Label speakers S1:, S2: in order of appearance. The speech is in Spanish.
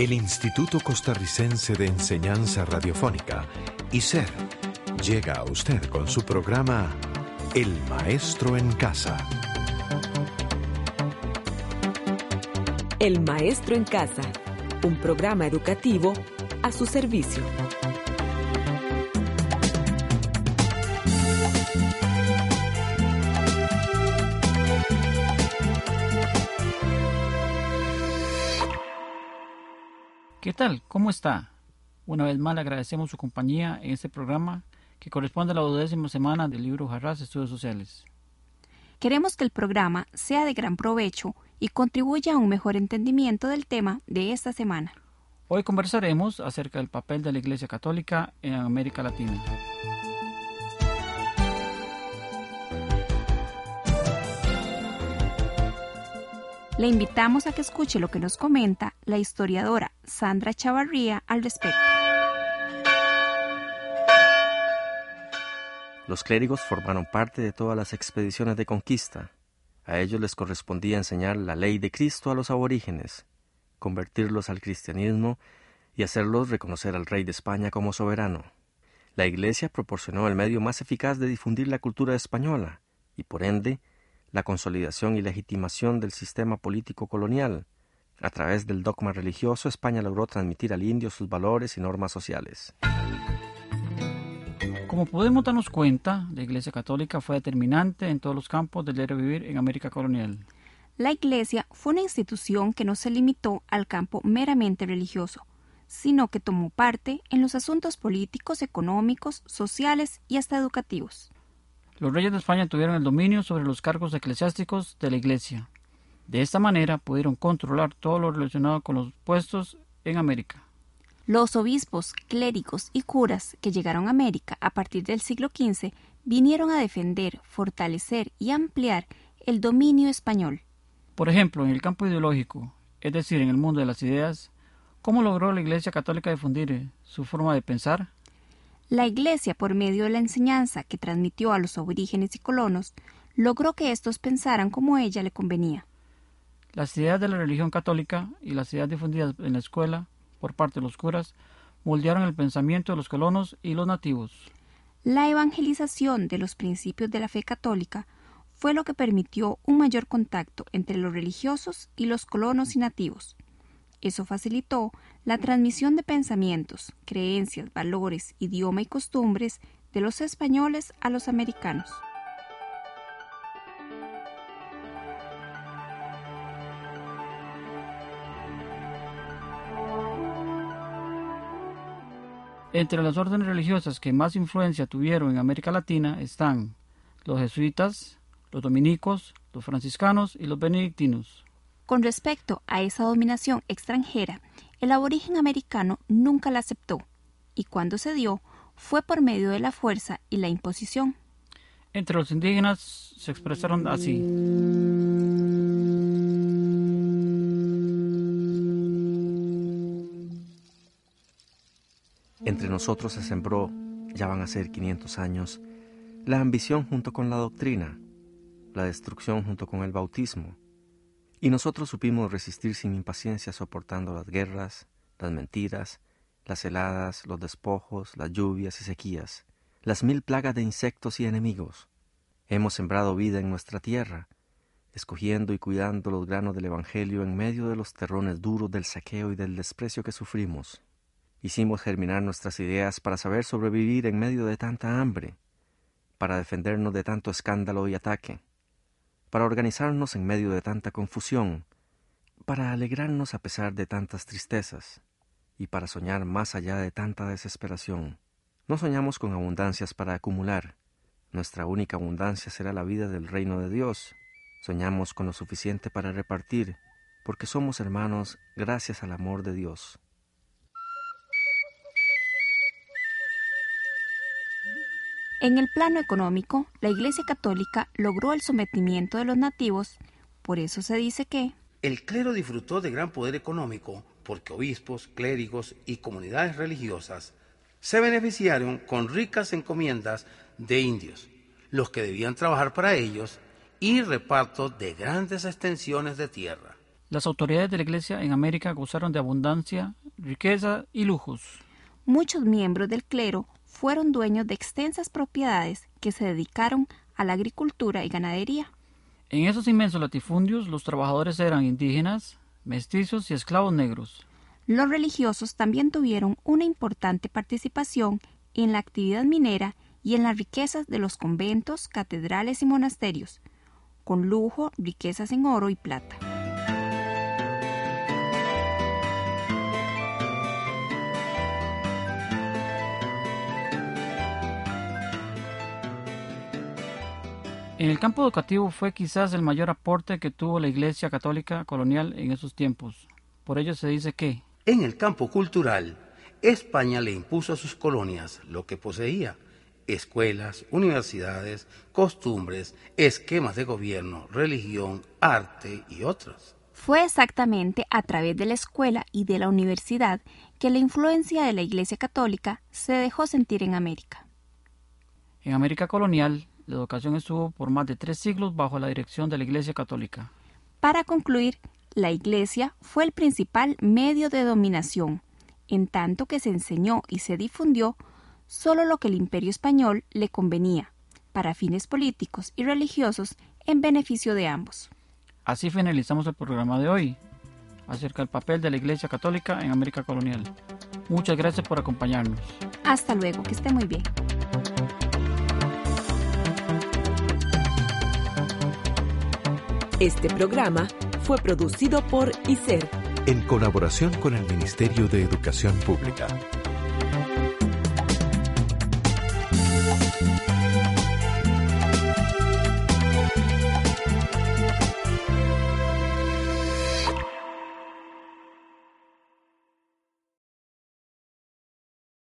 S1: El Instituto Costarricense de Enseñanza Radiofónica, ICER, llega a usted con su programa El Maestro en Casa.
S2: El Maestro en Casa, un programa educativo a su servicio.
S3: ¿Qué tal? ¿Cómo está? Una vez más le agradecemos su compañía en este programa que corresponde a la 12ª semana del libro Jarrás Estudios Sociales.
S4: Queremos que el programa sea de gran provecho y contribuya a un mejor entendimiento del tema de esta semana.
S3: Hoy conversaremos acerca del papel de la Iglesia Católica en América Latina.
S4: Le invitamos a que escuche lo que nos comenta la historiadora Sandra Chavarría al respecto.
S5: Los clérigos formaron parte de todas las expediciones de conquista. A ellos les correspondía enseñar la ley de Cristo a los aborígenes, convertirlos al cristianismo y hacerlos reconocer al rey de España como soberano. La Iglesia proporcionó el medio más eficaz de difundir la cultura española y, por ende, la consolidación y legitimación del sistema político colonial. A través del dogma religioso, España logró transmitir al indio sus valores y normas sociales.
S3: Como podemos darnos cuenta, la Iglesia Católica fue determinante en todos los campos del diario vivir en América colonial.
S4: La Iglesia fue una institución que no se limitó al campo meramente religioso, sino que tomó parte en los asuntos políticos, económicos, sociales y hasta educativos.
S3: Los reyes de España tuvieron el dominio sobre los cargos eclesiásticos de la Iglesia. De esta manera pudieron controlar todo lo relacionado con los puestos en América.
S4: Los obispos, clérigos y curas que llegaron a América a partir del siglo XV vinieron a defender, fortalecer y ampliar el dominio español.
S3: Por ejemplo, en el campo ideológico, es decir, en el mundo de las ideas, ¿cómo logró la Iglesia Católica difundir su forma de pensar?
S4: La Iglesia, por medio de la enseñanza que transmitió a los aborígenes y colonos, logró que éstos pensaran como a ella le convenía.
S3: Las ideas de la religión católica y las ideas difundidas en la escuela por parte de los curas moldearon el pensamiento de los colonos y los nativos.
S4: La evangelización de los principios de la fe católica fue lo que permitió un mayor contacto entre los religiosos y los colonos y nativos. Eso facilitó la transmisión de pensamientos, creencias, valores, idioma y costumbres de los españoles a los americanos.
S3: Entre las órdenes religiosas que más influencia tuvieron en América Latina están los jesuitas, los dominicos, los franciscanos y los benedictinos.
S4: Con respecto a esa dominación extranjera, el aborigen americano nunca la aceptó, y cuando se dio, fue por medio de la fuerza y la imposición.
S3: Entre los indígenas se expresaron así.
S5: Entre nosotros se sembró, ya van a ser 500 años, la ambición junto con la doctrina, la destrucción junto con el bautismo. Y nosotros supimos resistir sin impaciencia soportando las guerras, las mentiras, las heladas, los despojos, las lluvias y sequías, las 1000 plagas de insectos y enemigos. Hemos sembrado vida en nuestra tierra, escogiendo y cuidando los granos del Evangelio en medio de los terrones duros del saqueo y del desprecio que sufrimos. Hicimos germinar nuestras ideas para saber sobrevivir en medio de tanta hambre, para defendernos de tanto escándalo y ataque, para organizarnos en medio de tanta confusión, para alegrarnos a pesar de tantas tristezas, y para soñar más allá de tanta desesperación. No soñamos con abundancias para acumular. Nuestra única abundancia será la vida del reino de Dios. Soñamos con lo suficiente para repartir, porque somos hermanos gracias al amor de Dios.
S4: En el plano económico, la Iglesia Católica logró el sometimiento de los nativos, por eso se dice que
S6: el clero disfrutó de gran poder económico porque obispos, clérigos y comunidades religiosas se beneficiaron con ricas encomiendas de indios, los que debían trabajar para ellos, y reparto de grandes extensiones de tierra.
S3: Las autoridades de la Iglesia en América gozaron de abundancia, riqueza y lujos.
S4: Muchos miembros del clero fueron dueños de extensas propiedades que se dedicaron a la agricultura y ganadería.
S3: En esos inmensos latifundios, los trabajadores eran indígenas, mestizos y esclavos negros.
S4: Los religiosos también tuvieron una importante participación en la actividad minera y en las riquezas de los conventos, catedrales y monasterios, con lujo, riquezas en oro y plata.
S3: En el campo educativo fue quizás el mayor aporte que tuvo la Iglesia Católica colonial en esos tiempos. Por ello se dice que
S6: En el campo cultural, España le impuso a sus colonias lo que poseía: escuelas, universidades, costumbres, esquemas de gobierno, religión, arte y otros.
S4: Fue exactamente a través de la escuela y de la universidad que la influencia de la Iglesia Católica se dejó sentir en América.
S3: en América colonial la educación estuvo por más de 3 siglos bajo la dirección de la Iglesia Católica.
S4: Para concluir, la Iglesia fue el principal medio de dominación, en tanto que se enseñó y se difundió solo lo que el Imperio Español le convenía, para fines políticos y religiosos en beneficio de ambos.
S3: Así finalizamos el programa de hoy, acerca del papel de la Iglesia Católica en América colonial. Muchas gracias por acompañarnos.
S4: Hasta luego, que esté muy bien.
S2: Este programa fue producido por ICER.
S1: En colaboración con el Ministerio de Educación Pública.